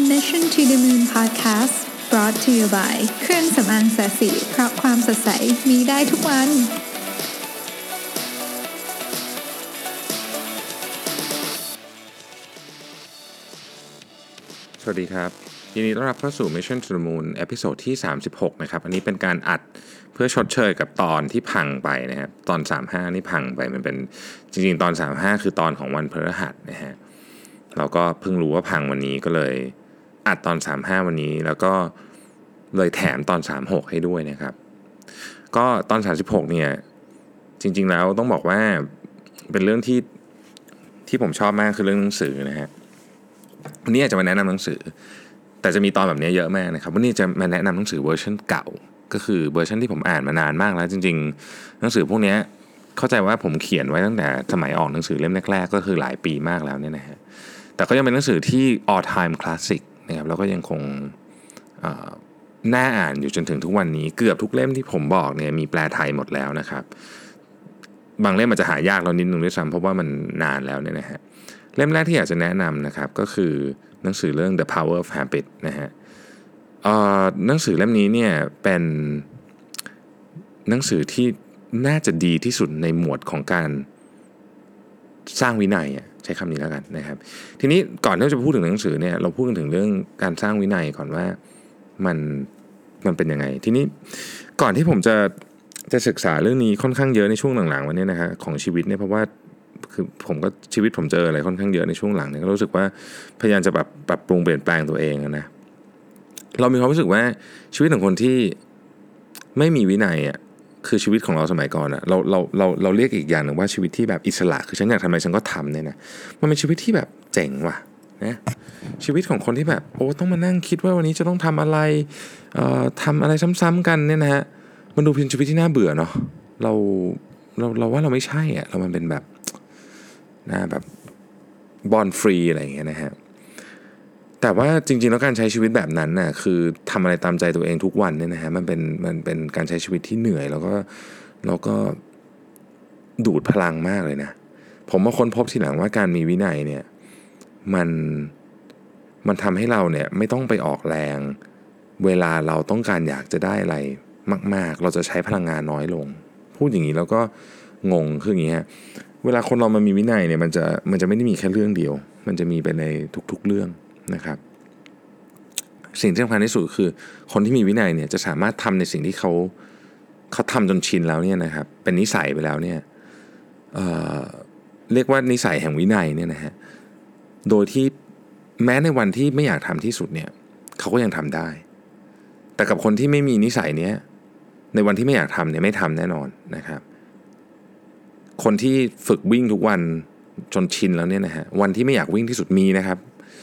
Mission to the Moon Podcast brought to you by เครื่องสำอางแสสีเพราะความสดใสมีได้ทุกวันสวัสดีครับยินดีต้อนรับเข้าสู่ Mission to the Moon เอพิโซดที่36นะครับอันนี้เป็นการอัดเพื่อชดเชยกับตอนที่พังไปนะครับตอน35นี่พังไปมันเป็นจริงๆตอน35คือตอนของวันพฤหัสนะฮะเราก็เพิ่งรู้ว่าพังวันนี้ก็เลยอัดตอน35วันนี้แล้วก็เลยแถมตอน36ให้ด้วยนะครับก็ตอน36เนี่ยจริงๆแล้วต้องบอกว่าเป็นเรื่องที่ผมชอบมากคือเรื่องหนังสือนะฮะวันนี้จะมาแนะนำหนังสือแต่จะมีตอนแบบนี้เยอะมากนะครับวันนี้จะมาแนะนำหนังสือเวอร์ชันเก่าก็คือเวอร์ชันที่ผมอ่านมานานมากแล้วจริงๆหนังสือพวกนี้เข้าใจว่าผมเขียนไว้ตั้งแต่สมัยออกหนังสือเล่มแรกๆก็คือหลายปีมากแล้วเนี่ยนะฮะแต่ก็ยังเป็นหนังสือที่ all time classic นะครับแล้วก็ยังคงน่าอ่านอยู่จนถึงทุกวันนี้เกือบทุกเล่มที่ผมบอกเนี่ยมีแปลไทยหมดแล้วนะครับบางเล่มอาจจะหายากเรานิดนึงด้วยซ้ำเพราะว่ามันนานแล้วเนี่ยนะฮะเล่มแรกที่อยากจะแนะนำนะครับก็คือหนังสือเรื่อง The Power of Habit นะฮะหนังสือเล่มนี้เนี่ยเป็นหนังสือที่น่าจะดีที่สุดในหมวดของการสร้างวินัยใช้คำนี้แล้วกันนะครับทีนี้ก่อนที่จะพูดถึงหนังสือเนี่ยเราพูดถึงเรื่องการสร้างวินัยก่อนว่ามันเป็นยังไงทีนี้ก่อนที่ผมจะศึกษาเรื่องนี้ค่อนข้างเยอะในช่วงหลังๆวันนี้นะครับของชีวิตเนี่ยเพราะว่าคือผมก็ชีวิตผมเจออะไรค่อนข้างเยอะในช่วงหลังเนี่ยก็รู้สึกว่าพยายามจะปรับปรุงเปลี่ยนแปลงตัวเองนะเรามีความรู้สึกว่าชีวิตของคนที่ไม่มีวินัยคือชีวิตของเราสมัยก่อนเราเรียกอีกอย่างหนึ่งว่าชีวิตที่แบบอิสระคือฉันอยากทำอะไรฉันก็ทำเนี่ยนะมันเป็นชีวิตที่แบบเจ๋งว่ะนะชีวิตของคนที่แบบโอ้ต้องมานั่งคิดว่าวันนี้จะต้องทำอะไรทำอะไรซ้ำๆกันเนี่ยนะฮะมันดูเป็นชีวิตที่น่าเบื่อเนาะเราว่าเราไม่ใช่เรามันเป็นแบบแบบบอนฟรีอะไรอย่างเงี้ยนะฮะแต่ว่าจริงๆแล้วการใช้ชีวิตแบบนั้นน่ะคือทำอะไรตามใจตัวเองทุกวันเนี่ยนะฮะมันเป็นการใช้ชีวิตที่เหนื่อยแล้วก็ดูดพลังมากเลยนะผมมาค้นพบทีหลังว่าการมีวินัยเนี่ยมันทำให้เราเนี่ยไม่ต้องไปออกแรงเวลาเราต้องการอยากจะได้อะไรมากๆเราจะใช้พลังงานน้อยลงพูดอย่างนี้แล้วก็งงคืออย่างนี้ฮะเวลาคนเรามันมีวินัยเนี่ยมันจะไม่ได้มีแค่เรื่องเดียวมันจะมีไปในทุกๆเรื่องนะครับสิ่งที่สำคัญที่สุดคือคนที่มีวินัยเนี่ยจะสามารถทำในสิ่งที่เขาทำจนชินแล้วเนี่ยนะครับเป็นนิสัยไปแล้วเนี่ยเรียกว่านิสัยแห่งวินัยเนี่ยนะฮะโดยที่แม้ในวันที่ไม่อยากทำที่สุดเนี่ยเขาก็ยังทำได้แต่กับคนที่ไม่มีนิสัยเนี้ยในวันที่ไม่อยากทำเนี่ยไม่ทำแน่นอนนะครับคนที่ฝึกวิ่งทุกวันจนชินแล้วเนี่ยนะฮะวันที่ไม่อยากวิ่งที่สุดมีนะครับ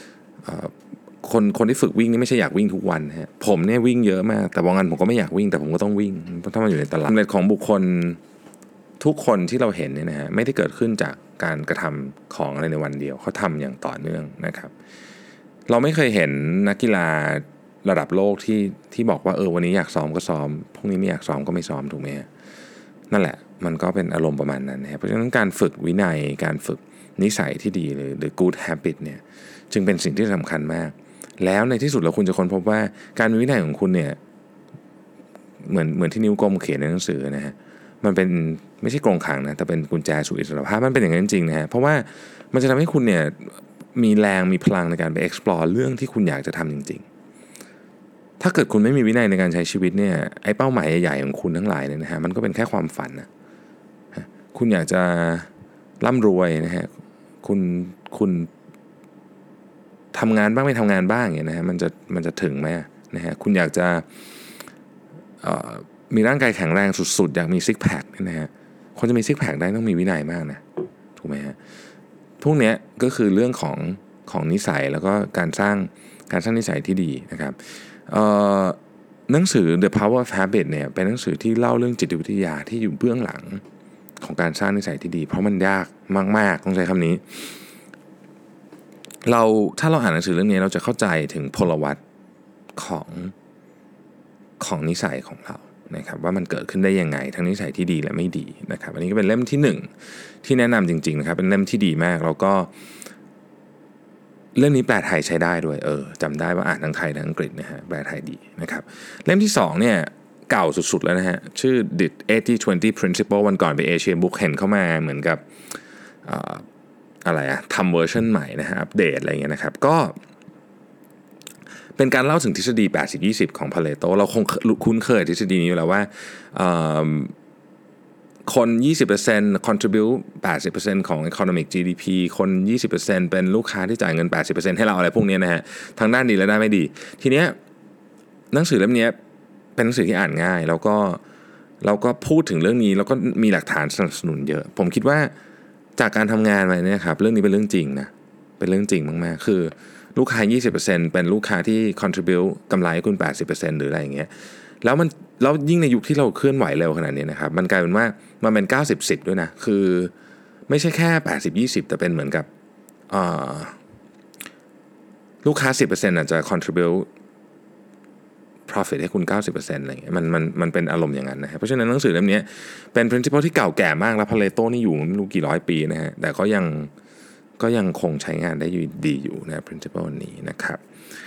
คนที่ฝึกวิ่งนี่ไม่ใช่อยากวิ่งทุกวันฮะผมเนี่ยวิ่งเยอะมากแต่บางวันผมก็ไม่อยากวิ่งแต่ผมก็ต้องวิ่งเพราะถ้ามันอยู่ในตลาดความสำเร็จของบุคคลทุกคนที่เราเห็นเนี่ยนะฮะไม่ได้เกิดขึ้นจากการกระทำของอะไรในวันเดียวเขาทำอย่างต่อเนื่องนะครับเราไม่เคยเห็นนักกีฬาระดับโลกที่บอกว่าวันนี้อยากซ้อมก็ซ้อมพรุ่งนี้ไม่อยากซ้อมก็ไม่ซ้อมถูกไหมฮะนั่นแหละมันก็เป็นอารมณ์ประมาณนั้นนะเพราะฉะนั้นการฝึกวินัยการฝึกนิสัยที่ดีหรือ good habit เนี่ยจึงเป็นสิ่งที่สำคัญมากแล้วในที่สุดแล้วคุณจะค้นพบว่าการมีวินัยของคุณเนี่ยเหมือนที่นิ้วก้มเขียนในหนังสือนะฮะมันเป็นไม่ใช่กรงขังนะแต่เป็นกุญแจสู่อิสรภาพมันเป็นอย่างนั้นจริงๆนะฮะเพราะว่ามันจะทำให้คุณเนี่ยมีแรงมีพลังในการไป explore เรื่องที่คุณอยากจะทำจริงๆถ้าเกิดคุณไม่มีวินัยในการใช้ชีวิตเนี่ยไอ้เป้าหมายใหญ่ๆของคุณทั้งหลายเนี่ยนะฮะมันก็เป็นแค่ความฝันนะคุณอยากจะร่ำรวยนะฮะคุณทำงานบ้างไม่ทำงานบ้างอย่างเงี้ยนะฮะมันจะถึงไหมนะฮะคุณอยากจะมีร่างกายแข็งแรงสุดๆอยากมีซิกแพคนะฮะคนจะมีซิกแพคได้ต้องมีวินัยมากนะถูกไหมฮะพวกเนี้ยก็คือเรื่องของนิสัยแล้วก็การสร้างนิสัยที่ดีนะครับหนังสือ The Power of Habit เนี่ยเป็นหนังสือที่เล่าเรื่องจิตวิทยาที่อยู่เบื้องหลังของการสร้างนิสัยที่ดีเพราะมันยากมากๆต้องใช้คำนี้ถ้าเราอ่านหนังสือเรื่องนี้เราจะเข้าใจถึงพลวัตของนิสัยของเรานะครับว่ามันเกิดขึ้นได้ยังไงทั้งนิสัยที่ดีและไม่ดีนะครับอันนี้ก็เป็นเล่มที่1ที่แนะนำจริงๆนะครับเป็นเล่มที่ดีมากแล้วก็เล่มนี้แปลไทยใช้ได้ด้วยจำได้ว่าอ่านทั้งไทยทั้งอังกฤษนะฮะแปลไทยดีนะครับเล่มที่2เนี่ยเก่าสุดๆแล้วนะฮะชื่อ The 80-20 Principle วันก่อนไปเอเชียบุ๊กเห็นเข้ามาเหมือนกับอะไรทำเวอร์ชันใหม่นะฮะอัปเดตอะไรเงี้ยนะครับก็เป็นการเล่าถึงทฤษฎี 80-20 ของ Pareto เราคงคุ้นเคยทฤษฎีนี้อยู่แล้วว่าคน 20% contribute 80% ของ economic GDP คน 20% เป็นลูกค้าที่จ่ายเงิน 80% ให้เราอะไรพวกนี้นะฮะทั้งด้านดีและด้านไม่ดีทีเนี้ยหนังสือเล่มนี้เป็นหนังสือที่อ่านง่ายแล้วก็พูดถึงเรื่องนี้แล้วก็มีหลักฐานสนับสนุนเยอะผมคิดว่าจากการทำงานมาเนี่ยครับเรื่องนี้เป็นเรื่องจริงนะเป็นเรื่องจริงมากๆคือลูกค้า 20% เป็นลูกค้าที่ contribute กำไรให้คุณ 80% หรืออะไรอย่างเงี้ยแล้วยิ่งในยุคที่เราเคลื่อนไหวเร็วขนาดนี้นะครับมันกลายเป็นว่ามันเป็น 90-10 ด้วยนะคือไม่ใช่แค่ 80-20 แต่เป็นเหมือนกับลูกค้า 10% อาจจะ contribute profit ให้คุณ 90% อะไรเงี้ยมันเป็นอารมณ์อย่างนั้นนะครับเพราะฉะนั้นหนังสือเล่มนี้เป็น principle ที่เก่าแก่มากแล้ว Pareto นี่อยู่ไม่รู้กี่ร้อยปีนะฮะแต่ก็ยังคงใช้งานได้ดีอยู่นะ principle นี้นะครับ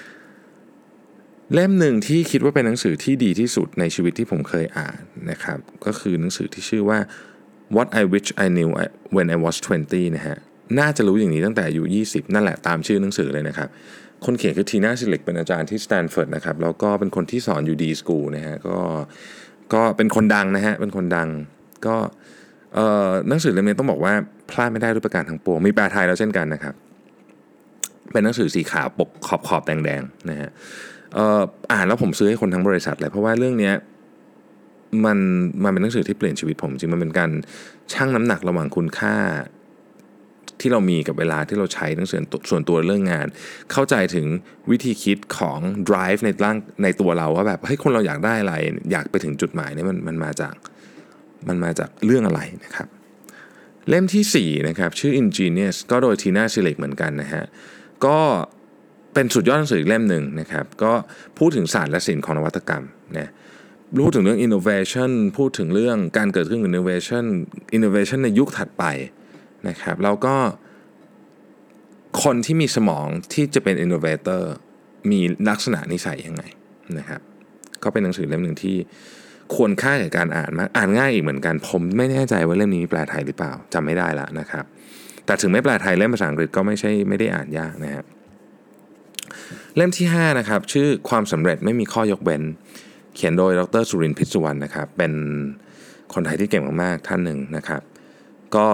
เล่มหนึ่งที่คิดว่าเป็นหนังสือที่ดีที่สุดในชีวิตที่ผมเคยอ่านนะครับก็คือหนังสือที่ชื่อว่า What I Wish I Knew When I Was 20นะฮะน่าจะรู้อย่างนี้ตั้งแต่อายุ20นั่นแหละตามชื่อหนังสือเลยนะครับคนเขียนคือทีน่าซิลิกเป็นอาจารย์ที่สแตนฟอร์ดนะครับแล้วก็เป็นคนที่สอนอยู่ดีสคูลนะฮะก็เป็นคนดังนะฮะเป็นคนดังก็หนังสือเล่มนี้ต้องบอกว่าพลาดไม่ได้ด้วยประการทั้งปวงมีแปลไทยแล้วเช่นกันนะครับเป็นหนังสือสีขาวปกขอบแดงๆนะฮะอ่านแล้วผมซื้อให้คนทั้งบริษัทเลยเพราะว่าเรื่องนี้มันเป็นหนังสือที่เปลี่ยนชีวิตผมจริงมันเป็นการชั่งน้ำหนักระหว่างคุณค่าที่เรามีกับเวลาที่เราใช้หนังสือส่วนตัวเรื่องงานเข้าใจถึงวิธีคิดของ drive ในตัวเราว่าแบบเฮ้ยคนเราอยากได้อะไรอยากไปถึงจุดหมายเนี่ยมันมาจากเรื่องอะไรนะครับเล่มที่4นะครับชื่อ Ingenious ก็โดยทีน่าซิลิกเหมือนกันนะฮะก็เป็นสุดยอดหนังสืออีกเล่มหนึ่งนะครับก็พูดถึงศาสตร์และศิลป์ของนวัตกรรมนะพูดถึงเรื่อง innovation พูดถึงเรื่องการเกิดขึ้นของ innovation ในยุคถัดไปนะครับแล้วก็คนที่มีสมองที่จะเป็น innovator มีลักษณะนิสัยยังไงนะครับก็เป็นหนังสือเล่มหนึ่งที่ควรค่าแก่การอ่านมากอ่านง่ายอีกเหมือนกันผมไม่แน่ใจว่าเล่มนี้แปลไทยหรือเปล่าจำไม่ได้ละนะครับแต่ถึงไม่แปลไทยเล่มภาษาอังกฤษก็ไม่ได้อ่านยากนะครับเล่มที่5นะครับชื่อความสำเร็จไม่มีข้อยกเว้นเขียนโดยดร.สุรินทร์พิษสุวรรณนะครับเป็นคนไทยที่เก่งมากๆท่านหนึ่งนะครับก็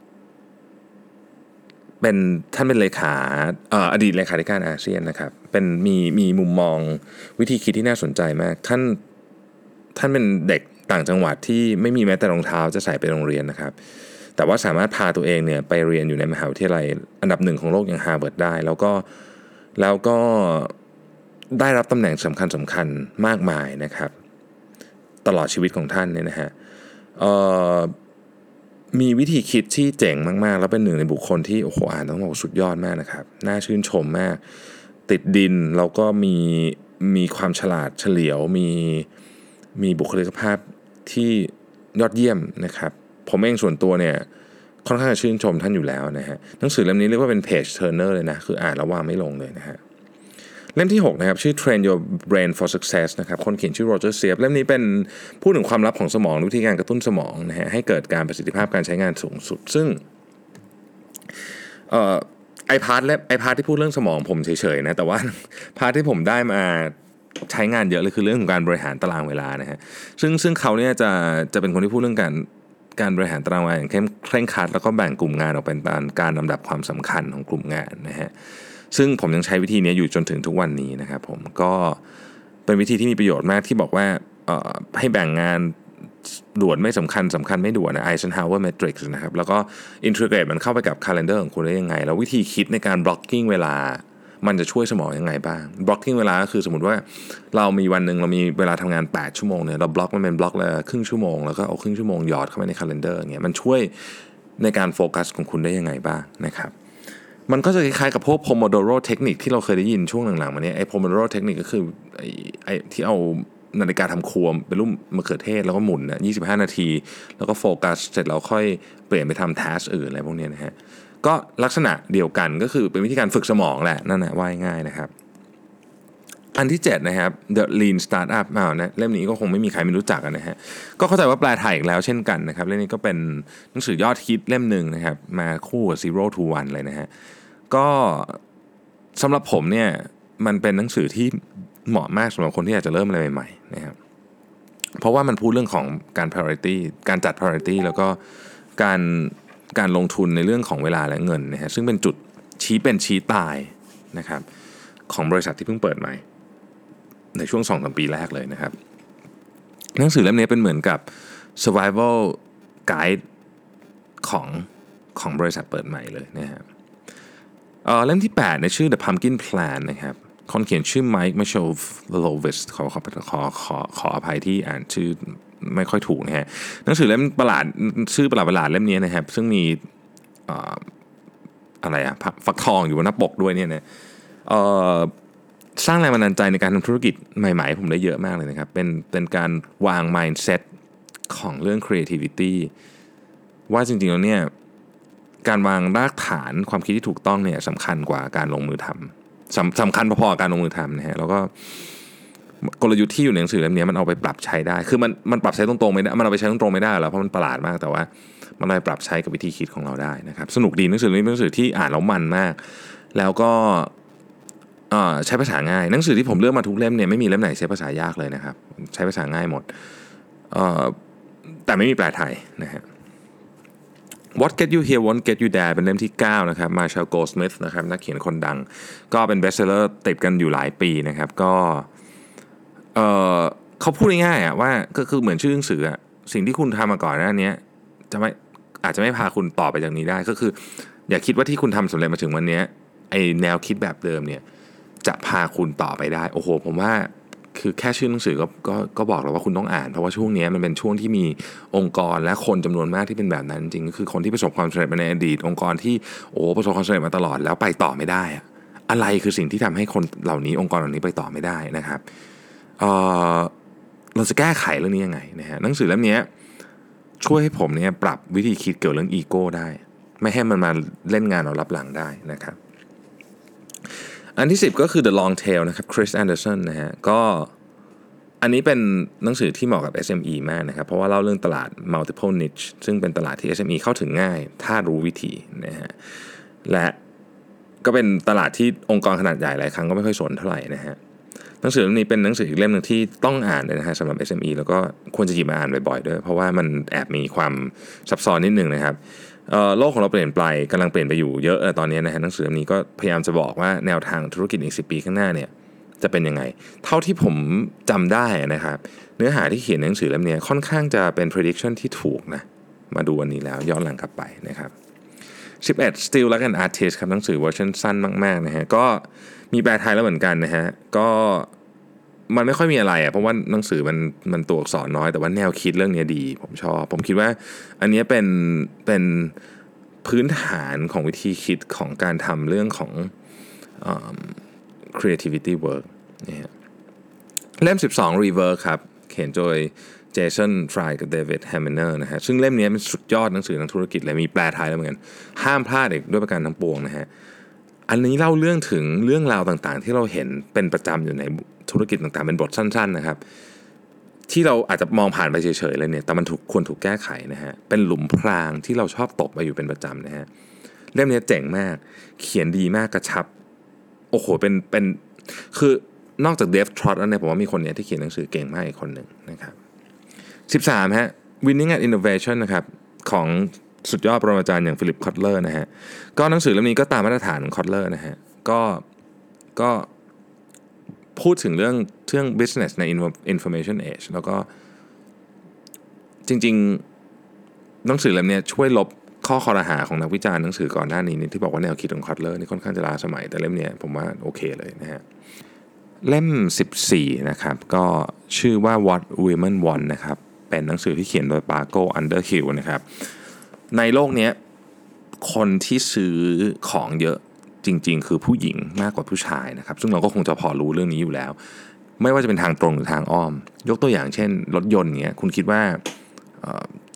ท่านเป็นเลขาอดีตเลขาธิการอาเซียนนะครับเป็นมีมุมมองวิธีคิดที่น่าสนใจมากท่านเป็นเด็กต่างจังหวัดที่ไม่มีแม้แต่รองเท้าจะใส่ไปโรงเรียนนะครับแต่ว่าสามารถพาตัวเองเนี่ยไปเรียนอยู่ในมหาวิทยาลัยอันดับ1ของโลกอย่างฮาร์วาร์ดได้แล้วก็ได้รับตำแหน่งสำคัญมากมายนะครับตลอดชีวิตของท่านเนี่ยนะฮะมีวิธีคิดที่เจ๋งมากๆแล้วเป็นหนึ่งในบุคคลที่โอ้โหอ่านต้องบอกสุดยอดมากนะครับน่าชื่นชมมากติดดินแล้วก็มีความฉลาดเฉลียวมีบุคลิกภาพที่ยอดเยี่ยมนะครับผมเองส่วนตัวเนี่ยค่อนข้างจะชื่นชมท่านอยู่แล้วนะฮะหนังสือเล่มนี้เรียกว่าเป็น page turner เลยนะคืออ่านแล้ววางไม่ลงเลยนะฮะเล่มที่6นะครับชื่อ Train Your Brain for Success นะครับคนเขียนชื่อโรเจอร์เซียบเล่มนี้เป็นพูดถึงความลับของสมองวิธีการกระตุ้นสมองนะฮะให้เกิดการประสิทธิภาพการใช้งานสูงสุดซึ่งไอพาร์ทที่พูดเรื่องสมองผมเฉยๆนะแต่ว่าพาร์ทที่ผมได้มาใช้งานเยอะเลยคือเรื่องของการบริหารตารางเวลานะฮะซึ่งเขาเนี่ยจะเป็นคนที่พูดเรื่องการบริหารตารางเวลาอย่างเคร่งครัดแล้วก็แบ่งกลุ่มงานออกเป็นการลำดับความสำคัญของกลุ่มงานนะฮะซึ่งผมยังใช้วิธีนี้อยู่จนถึงทุกวันนี้นะครับผมก็เป็นวิธีที่มีประโยชน์มากที่บอกว่าให้แบ่งงานด่วนไม่สำคัญไม่ด่วนนะ Eisenhower Matrix นะครับแล้วก็ integrate มันเข้าไปกับ calendar ของคุณได้ยังไงแล้ววิธีคิดในการ blocking เวลามันจะช่วยสมองยังไงบ้าง blocking เวลาก็คือสมมุติว่าเรามีวันนึงเรามีเวลาทำงาน8ชั่วโมงเนี่ยเราบล็อกมันเป็นบล็อกละครึ่งชั่วโมงแล้วก็เอาครึ่งชั่วโมงหยอดเข้าไปใน calendar อย่างเงี้ยมันช่วยในการโฟกัสของคุณได้ยังไงบ้างนะครับมันก็จะคล้ายๆกับพวก Pomodoro เทคนิคที่เราเคยได้ยินช่วงหลังๆมาเนี่ยไอ้ Pomodoro เทคนิคก็คือไอ้ที่เอานาฬิกาทำครัวเป็นรูปมะเขือเทศแล้วก็หมุน25 นาทีแล้วก็โฟกัสเสร็จแล้วค่อยเปลี่ยนไปทำ task อื่นอะไรพวกนี้นะฮะก็ลักษณะเดียวกันก็คือเป็นวิธีการฝึกสมองแหละนั่นแหละว่าง่ายๆนะครับอันที่7นะครับ The Lean Startup นะเล่มนี้ก็คงไม่มีใครไม่รู้จักนะฮะก็เข้าใจว่าแปลไทยอีกแล้วเช่นกันนะครับเล่มนี้ก็เป็นหนังสือยอดฮิตเล่มหนึ่งนะครับมาคู่กับ Zero to One เลยนะฮะก็สำหรับผมเนี่ยมันเป็นหนังสือที่เหมาะมากสำหรับคนที่อยากจะเริ่มอะไรใหม่ๆนะครับเพราะว่ามันพูดเรื่องของการ priority การจัด priority แล้วก็การลงทุนในเรื่องของเวลาและเงินนะฮะซึ่งเป็นจุดชี้เป็นชี้ตายนะครับของบริษัทที่เพิ่งเปิดใหม่ในช่วง 2-3 ปีแรกเลยนะครับหนังสือเล่มนี้เป็นเหมือนกับ survival guide ของบริษัทเปิดใหม่เลยนะครับเล่มที่8เนี่ยชื่อ The Pumpkin Plan นะครับคนเขียนชื่อ Mike Michalowicz ขออภัยที่อ่านชื่อไม่ค่อยถูกนะฮะหนังสือเล่มประหลาดชื่อประหลาดเล่มนี้นะครับซึ่งมีอะไรฟักทองอยู่บนหน้าปกด้วยเนี่ยนะสร้างแรงบันดาลใจในการทำธุรกิจใหม่ๆผมได้เยอะมากเลยนะครับเป็นการวาง mindset ของเรื่อง creativity ว่าจริงๆแล้วเนี่ยการวางรากฐานความคิดที่ถูกต้องเนี่ยสำคัญกว่าการลงมือทำสำคัญพอๆกับการลงมือทำนะฮะแล้วก็กลยุทธ์ที่อยู่ในหนังสือเล่มนี้มันเอาไปปรับใช้ได้คือมันปรับใช้ตรงๆไม่ได้มันเอาไปใช้ตรงๆไม่ได้หรอกเพราะมันประหลาดมากแต่ว่ามันเอาไปปรับใช้กับวิธีคิดของเราได้นะครับสนุกดีหนังสือนี้เป็นหนังสือที่อ่านแล้วมันมากแล้วก็ใช้ภาษาง่ายหนังสือที่ผมเลือกมาทุกเล่มเนี่ยไม่มีเล่มไหนใช้ภาษายากเลยนะครับใช้ภาษาง่ายหมดแต่ไม่มีแปลไทยนะฮะ What Get You Here Won't Get You There เป็นเล่มที่9นะครับ Marshall Goldsmith นะครับนักเขียนคนดังก็เป็นเบสเซลเลอร์ติดกันอยู่หลายปีนะครับก็เขาพูดง่ายๆว่าก็คือเหมือนชื่อหนังสือสิ่งที่คุณทำมาก่อนหน้านี้อาจจะไม่พาคุณต่อไปจากนี้ได้ก็คืออย่าคิดว่าที่คุณทำสำเร็จมาถึงวันนี้ไอแนวคิดแบบเดิมเนี่ยจะพาคุณต่อไปได้โอ้โหผมว่าคือแค่ชื่อหนังสือก็บอกแล้วว่าคุณต้องอ่านเพราะว่าช่วงนี้มันเป็นช่วงที่มีองค์กรและคนจำนวนมากที่เป็นแบบนั้นจริงก็คือคนที่ประสบความสำเร็จมาในอดีตองค์กรที่ประสบความสำเร็จมาตลอดแล้วไปต่อไม่ได้อะไรคือสิ่งที่ทำให้คนเหล่านี้องค์กรเหล่านี้ไปต่อไม่ได้นะครับเราจะแก้ไขเรื่องนี้ยังไงนะฮะหนังสือเล่มนี้ช่วยให้ผมเนี่ยปรับวิธีคิดเกี่ยวเรื่องอีโก้ได้ไม่ให้มันมาเล่นงานเรารับหลังได้นะครับอันที่10ก็คือ The Long Tail นะครับ Chris Anderson นะฮะก็อันนี้เป็นหนังสือที่เหมาะกับ SME มากนะครับเพราะว่าเล่าเรื่องตลาด multiple niche ซึ่งเป็นตลาดที่ SME เข้าถึงง่ายถ้ารู้วิธีนะฮะและก็เป็นตลาดที่องค์กรขนาดใหญ่หลายครั้งก็ไม่ค่อยสนเท่าไหร่นะฮะหนังสือเล่มนี้เป็นหนังสืออีกเล่มนึงที่ต้องอ่านเลยนะฮะสำหรับ SME แล้วก็ควรจะหยิบมาอ่านบ่อยๆด้วยเพราะว่ามันแอบมีความซับซ้อนนิดนึงนะครับโลกของเราเปลี่ยนไปกำลังเปลี่ยนไปอยู่เยอะตอนนี้นะฮะหนังสือเล่มนี้ก็พยายามจะบอกว่าแนวทางธุรกิจอีก10 ปีข้างหน้าเนี่ยจะเป็นยังไงเท่าที่ผมจำได้นะครับเนื้อหาที่เขียนในหนังสือเล่มนี้ค่อนข้างจะเป็น prediction ที่ถูกนะมาดูวันนี้แล้วย้อนหลังกลับไปนะครับ11 Still Like an Artist ครับหนังสือเวอร์ชันสั้นมากๆนะฮะก็มีแปลไทยแล้วเหมือนกันนะฮะก็มันไม่ค่อยมีอะไรเพราะว่าหนังสือมันตัวอักษรน้อยแต่ว่าแนวคิดเรื่องนี้ดีผมชอบผมคิดว่าอันนี้เป็นพื้นฐานของวิธีคิดของการทำเรื่องของcreativity work นะฮะเล่ม12 Rework ครับเขียนโดยเจสันฟรายกับเดวิดแฮมเมเนอร์นะฮะซึ่งเล่มนี้เป็นสุดยอดหนังสือทางธุรกิจเลยมีแปลไทยแล้วเหมือนกันห้ามพลาดอีกด้วยประการทั้งปวงนะฮะอันนี้เล่าเรื่องถึงเรื่องราวต่างๆที่เราเห็นเป็นประจำอยู่ในธุรกิจต่างๆเป็นบทสั้นๆนะครับที่เราอาจจะมองผ่านไปเฉยๆเลยเนี่ยแต่มันควรถูกแก้ไขนะฮะเป็นหลุมพรางที่เราชอบตกไปอยู่เป็นประจำนะฮะเล่มนี้เจ๋งมากเขียนดีมากกระชับโอ้โหเป็นคือนอกจากเดฟทรอตแล้วเนี่ยผมว่ามีคนเนี้ยที่เขียนหนังสือเก่งมากอีกคนหนึ่งนะครับ13ฮะ Winning at Innovation นะครับของสุดยอดปรมาจารย์อย่างฟิลิปคอตเลอร์นะฮะก็หนังสือเล่มนี้ก็ตามมาตรฐานของคอตเลอร์นะฮะก็พูดถึงเรื่องbusiness ใน information age แล้วก็จริงๆหนังสือเล่มนี้ช่วยลบข้อคอรหาของนักวิจารณ์หนังสือก่อนหน้านี้ที่บอกว่าแนวคิดของคอตเลอร์นี่ค่อนข้างจะล้าสมัยแต่เล่มนี้ผมว่าโอเคเลยนะฮะเล่ม14นะครับก็ชื่อว่า What Women Want นะครับเป็นหนังสือที่เขียนโดย Paco Underhill นะครับในโลกนี้คนที่ซื้อของเยอะจริงๆคือผู้หญิงมากกว่าผู้ชายนะครับซึ่งเราก็คงจะพอรู้เรื่องนี้อยู่แล้วไม่ว่าจะเป็นทางตรงหรือทางอ้อมยกตัวอย่างเช่นรถยนต์เงี้ยคุณคิดว่า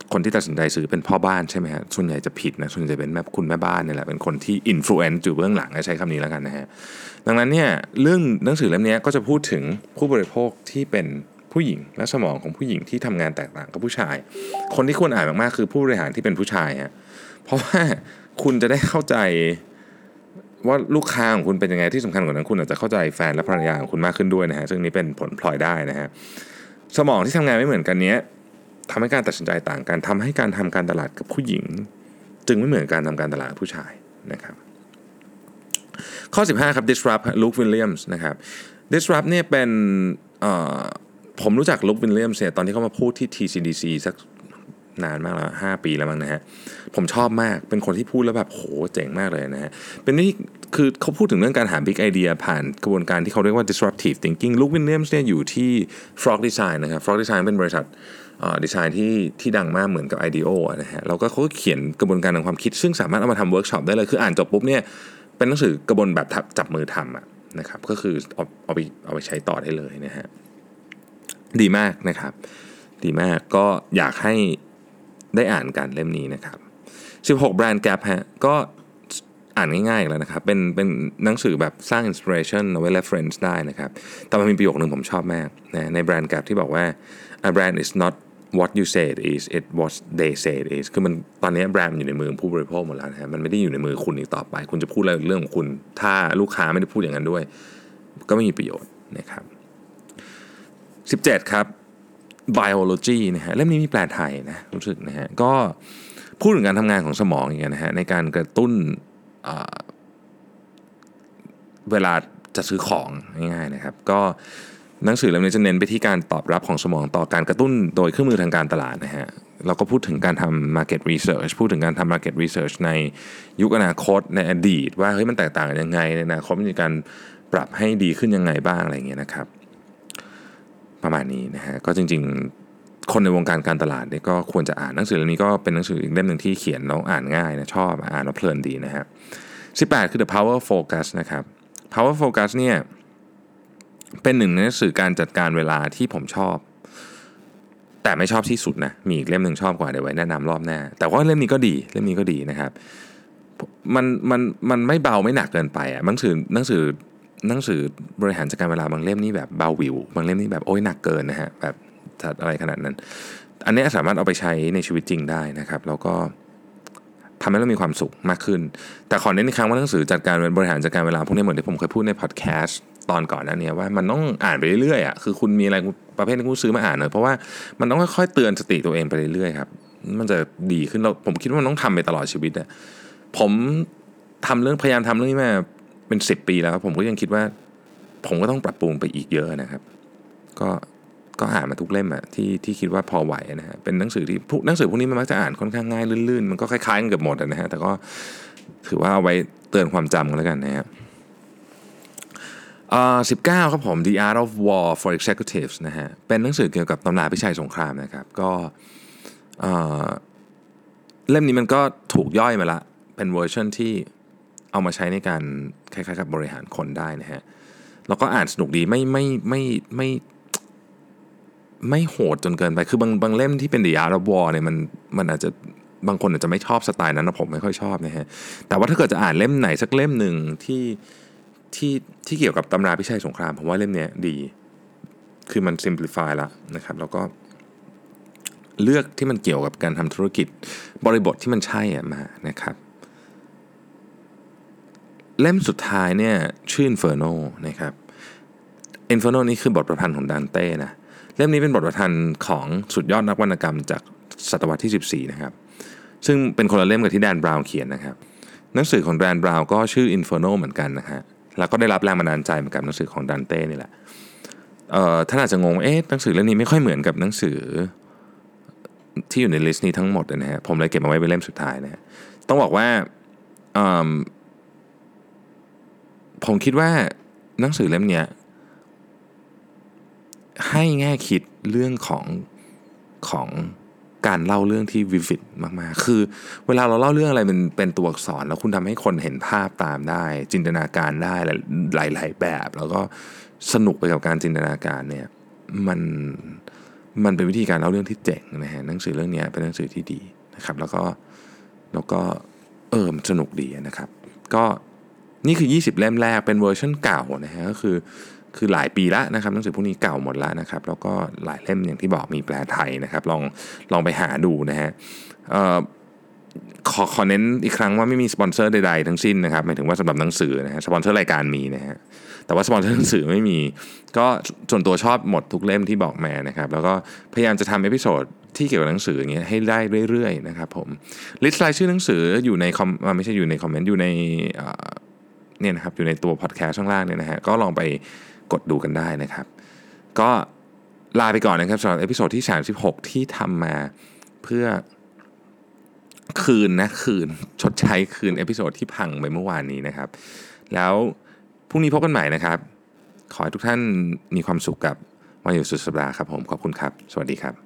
คนที่ตัดสินใจซื้อเป็นพ่อบ้านใช่ไหมฮะส่วนใหญ่จะผิดนะส่วนใหญ่เป็นคุณแม่บ้านเนี่ยแหละเป็นคนที่อิมโฟเอนซ์อยู่เบื้องหลังใช้คำนี้แล้วกันนะฮะดังนั้นเนี่ยเรื่องหนังสือเล่มนี้ก็จะพูดถึงผู้บริโภคที่เป็นผู้หญิงและสมองของผู้หญิงที่ทำงานแตกต่างกับผู้ชายคนที่ควรอ่านมากๆคือผู้บริหารที่เป็นผู้ชายฮะเพราะว่าคุณจะได้เข้าใจว่าลูกค้าของคุณเป็นยังไงที่สำคัญกว่านั้นคุณอาจจะเข้าใจแฟนและภรรยาของคุณมากขึ้นด้วยนะฮะซึ่งนี้เป็นผลพลอยได้นะฮะสมองที่ทำงานไม่เหมือนกันเนี้ยทำให้การตัดสินใจต่างกันทำให้การทำการตลาดกับผู้หญิงจึงไม่เหมือนการทำการตลาดกับผู้ชายนะครับข้อ15ครับ disrupt ลุควิลเลียมส์นะครับ disrupt เนี่ยเป็นผมรู้จักลุควิลเลียมส์เนี่ยตอนที่เขามาพูดที่ TCDC สักนานมากแล้ว5 ปีแล้วมั้งนะฮะผมชอบมากเป็นคนที่พูดแล้วแบบโหเจ๋งมากเลยนะฮะเป็นนี่คือเขาพูดถึงเรื่องการหา big idea ผ่านกระบวนการที่เขาเรียกว่า disruptive thinking ลุควิลเลียมส์เนี่ยอยู่ที่ Frog Design นะครับ Frog Design เป็นบริษัทดีไซน์ที่ดังมากเหมือนกับ IDEO นะฮะแล้วก็เขาก็เขียนกระบวนการทางความคิดซึ่งสามารถเอามาทำเวิร์กช็อปได้เลยคืออ่านจบปุ๊บเนี่ยเป็นหนังสือกระบวนแบบจับมือทำนะครับก็คือเอาไปใช้ต่อได้เลยนะฮะดีมากนะครับดีมากก็อยากให้ได้อ่านกันเล่มนี้นะครับ16 Brand Gap ฮะก็อ่านง่ายๆแล้วนะครับเป็นหนังสือแบบสร้าง inspiration เอาไว้ reference ได้นะครับแต่มันมีประโยคนึงผมชอบมากนะใน Brand Gap ที่บอกว่า a brand is not what you say it is it what they say it is คือมันตอนนี้แบรนด์มันอยู่ในมือผู้บริโภคหมดแล้วนะฮะมันไม่ได้อยู่ในมือคุณอีกต่อไปคุณจะพูดอะไรเรื่องของคุณถ้าลูกค้าไม่ได้พูดอย่างนั้นด้วยก็ไม่มีประโยชน์นะครับ17ครับ biology นะฮะเล่มนี้มีแปลไทยนะรู้สึกนะฮะก็พูดถึงการทำงานของสมองอย่างเงี้ยนะฮะในการกระตุ้นเวลาจะซื้อของง่ายๆนะครับก็หนังสือเล่มนี้จะเน้นไปที่การตอบรับของสมองต่อการกระตุ้นโดยเครื่องมือทางการตลาดนะฮะเราก็พูดถึงการทำ market research พูดถึงการทำ market research ในยุคอนาคตในอดีตว่าเฮ้ยมันแตกต่างกันยังไงในอนาคตมีการปรับให้ดีขึ้นยังไงบ้างอะไรอย่างเงี้ยนะครับประมาณนี้นะฮะก็จริงๆคนในวงการการตลาดเนี่ยก็ควรจะอ่านหนังสือเล่มนี้ก็เป็นหนังสืออีกเล่มนึงที่เขียนแล้วอ่านง่ายนะชอบอ่านแล้วเพลินดีนะฮะ18คือ The Power Focus นะครับ Power Focus เนี่ยเป็นหนึ่งในหนังสือการจัดการเวลาที่ผมชอบแต่ไม่ชอบที่สุดนะมีอีกเล่มนึงชอบกว่าเดี๋ยวไว้แนะนำรอบหน้าแต่ว่าเล่มนี้ก็ดีนะครับมันไม่เบาไม่หนักเกินไปอ่ะหนังสือบริหารจัดการเวลาบางเล่มนี่แบบเบาวิวบางเล่มนี่แบบโอ้ยหนักเกินนะฮะแบบอะไรขนาดนั้นอันนี้สามารถเอาไปใช้ในชีวิตจริงได้นะครับแล้วก็ทำให้เรามีความสุขมากขึ้นแต่ขอเน้นอีกครั้งว่าหนังสือจัดการบริหารจัดการเวลาพวกนี้เหมือนที่ผมเคยพูดในพอดแคสต์ตอนก่อนหน้านี้ว่ามันต้องอ่านไปเรื่อยๆอ่ะคือคุณมีอะไรประเภทที่คุณซื้อมาอ่านเลยเพราะว่ามันต้องค่อยๆเตือนสติตัวเองไปเรื่อยๆครับมันจะดีขึ้นผมคิดว่ามันต้องทำไปตลอดชีวิตอ่ะผมพยายามทำเรื่องนี้มาเป็น10 ปีแล้วผมก็ยังคิดว่าผมก็ต้องปรับปรุงไปอีกเยอะนะครับก็อ่านมาทุกเล่มอะที่คิดว่าพอไหวนะฮะเป็นหนังสือหนังสือพวกนี้มันมักจะอ่านค่อนข้างง่ายลื่นๆมันก็คล้ายๆกันเกือบหมดนะฮะแต่ก็ถือว่าเอาไว้เตือนความจำกันแล้วกันนะฮะ19ครับผม The Art of War for Executives นะฮะเป็นหนังสือเกี่ยวกับตำราพิชัยสงครามนะครับก็เล่มนี้มันก็ถูกย่อยมาละเป็นเวอร์ชันที่เอามาใช้ในการคล้ายๆกับบริหารคนได้นะฮะแล้วก็อ่านสนุกดีไม่โหดจนเกินไปคือบางเล่มที่เป็น The Art of War เนี่ยมันอาจจะบางคนอาจจะไม่ชอบสไตล์นั้นนะผมไม่ค่อยชอบนะฮะแต่ว่าถ้าเกิดจะอ่านเล่มไหนสักเล่มหนึ่งที่เกี่ยวกับตำราพิชัยสงครามผมว่าเล่มนี้ดีคือมัน simplify ละนะครับแล้วก็เลือกที่มันเกี่ยวกับการทำธุรกิจบริบทที่มันใช่มานะครับเล่มสุดท้ายเนี่ยชื่อ Inferno นะครับ Inferno นี่คือบทประพันธ์ของดันเต้นะเล่มนี้เป็นบทประพันธ์ของสุดยอดนักวรรณกรรมจากศตวรรษที่14นะครับซึ่งเป็นคนละเล่มกับที่แดนบราวน์เขียนนะครับหนังสือของแดนบราวน์ก็ชื่อ Inferno เหมือนกันนะฮะแล้วก็ได้รับแรงบันดาลใจมากับหนังสือของดันเต้นี่แหละท่านอาจจะงงหนังสือเล่มนี้ไม่ค่อยเหมือนกับหนังสือที่อยู่ในลิสต์นี้ทั้งหมดนะฮะผมเลยเก็บมาไว้เป็นเล่มสุดท้ายนะฮะต้องบอกว่าผมคิดว่าหนังสือเล่มเนี้ยให้แง่คิดเรื่องของการเล่าเรื่องที่วิวิดมากๆคือเวลาเราเล่าเรื่องอะไรมันเป็นตัวอักษรแล้วคุณทำให้คนเห็นภาพตามได้จินตนาการได้หลายๆแบบแล้วก็สนุกไปกับการจินตนาการเนี่ยมันเป็นวิธีการเล่าเรื่องที่เจ๋งนะฮะหนังสือเรื่องนี้เป็นหนังสือที่ดีนะครับแล้วก็สนุกดีนะครับก็นี่คือ20เล่มแรกเป็นเวอร์ชันเก่านะฮะก็คือหลายปีแล้วนะครับหนังสือพวกนี้เก่าหมดแล้วนะครับแล้วก็หลายเล่มอย่างที่บอกมีแปลไทยนะครับลองไปหาดูนะฮะขอเน้นอีกครั้งว่าไม่มีสปอนเซอร์ใดๆทั้งสิ้นนะครับหมายถึงว่าสำหรับหนังสือนะฮะสปอนเซอร์รายการมีนะฮะแต่ว่าสปอนเซอร์หนังสือไม่มีก็ส่วนตัวชอบหมดทุกเล่มที่บอกมานะครับแล้วก็พยายามจะทำเอพิโซดที่เกี่ยวกับหนังสืออย่างเงี้ยให้ได้เรื่อยๆนะครับผมลิสต์รายชื่อหนังสืออยู่ในไม่ใช่อยู่ในคอมเมนต์อยู่ในเนี่ยนะครับอยู่ในตัวพอดแคสต์ข้างล่างเนี่ยนะฮะก็ลองไปกดดูกันได้นะครับก็ลาไปก่อนนะครับสำหรับเอพิโซดที่36ที่ทำมาเพื่อคืนชดใช้คืนเอพิโซดที่พังไปเมื่อวานนี้นะครับแล้วพรุ่งนี้พบกันใหม่นะครับขอให้ทุกท่านมีความสุขกับวันหยุดสุดสัปดาห์ครับผมขอบคุณครับสวัสดีครับ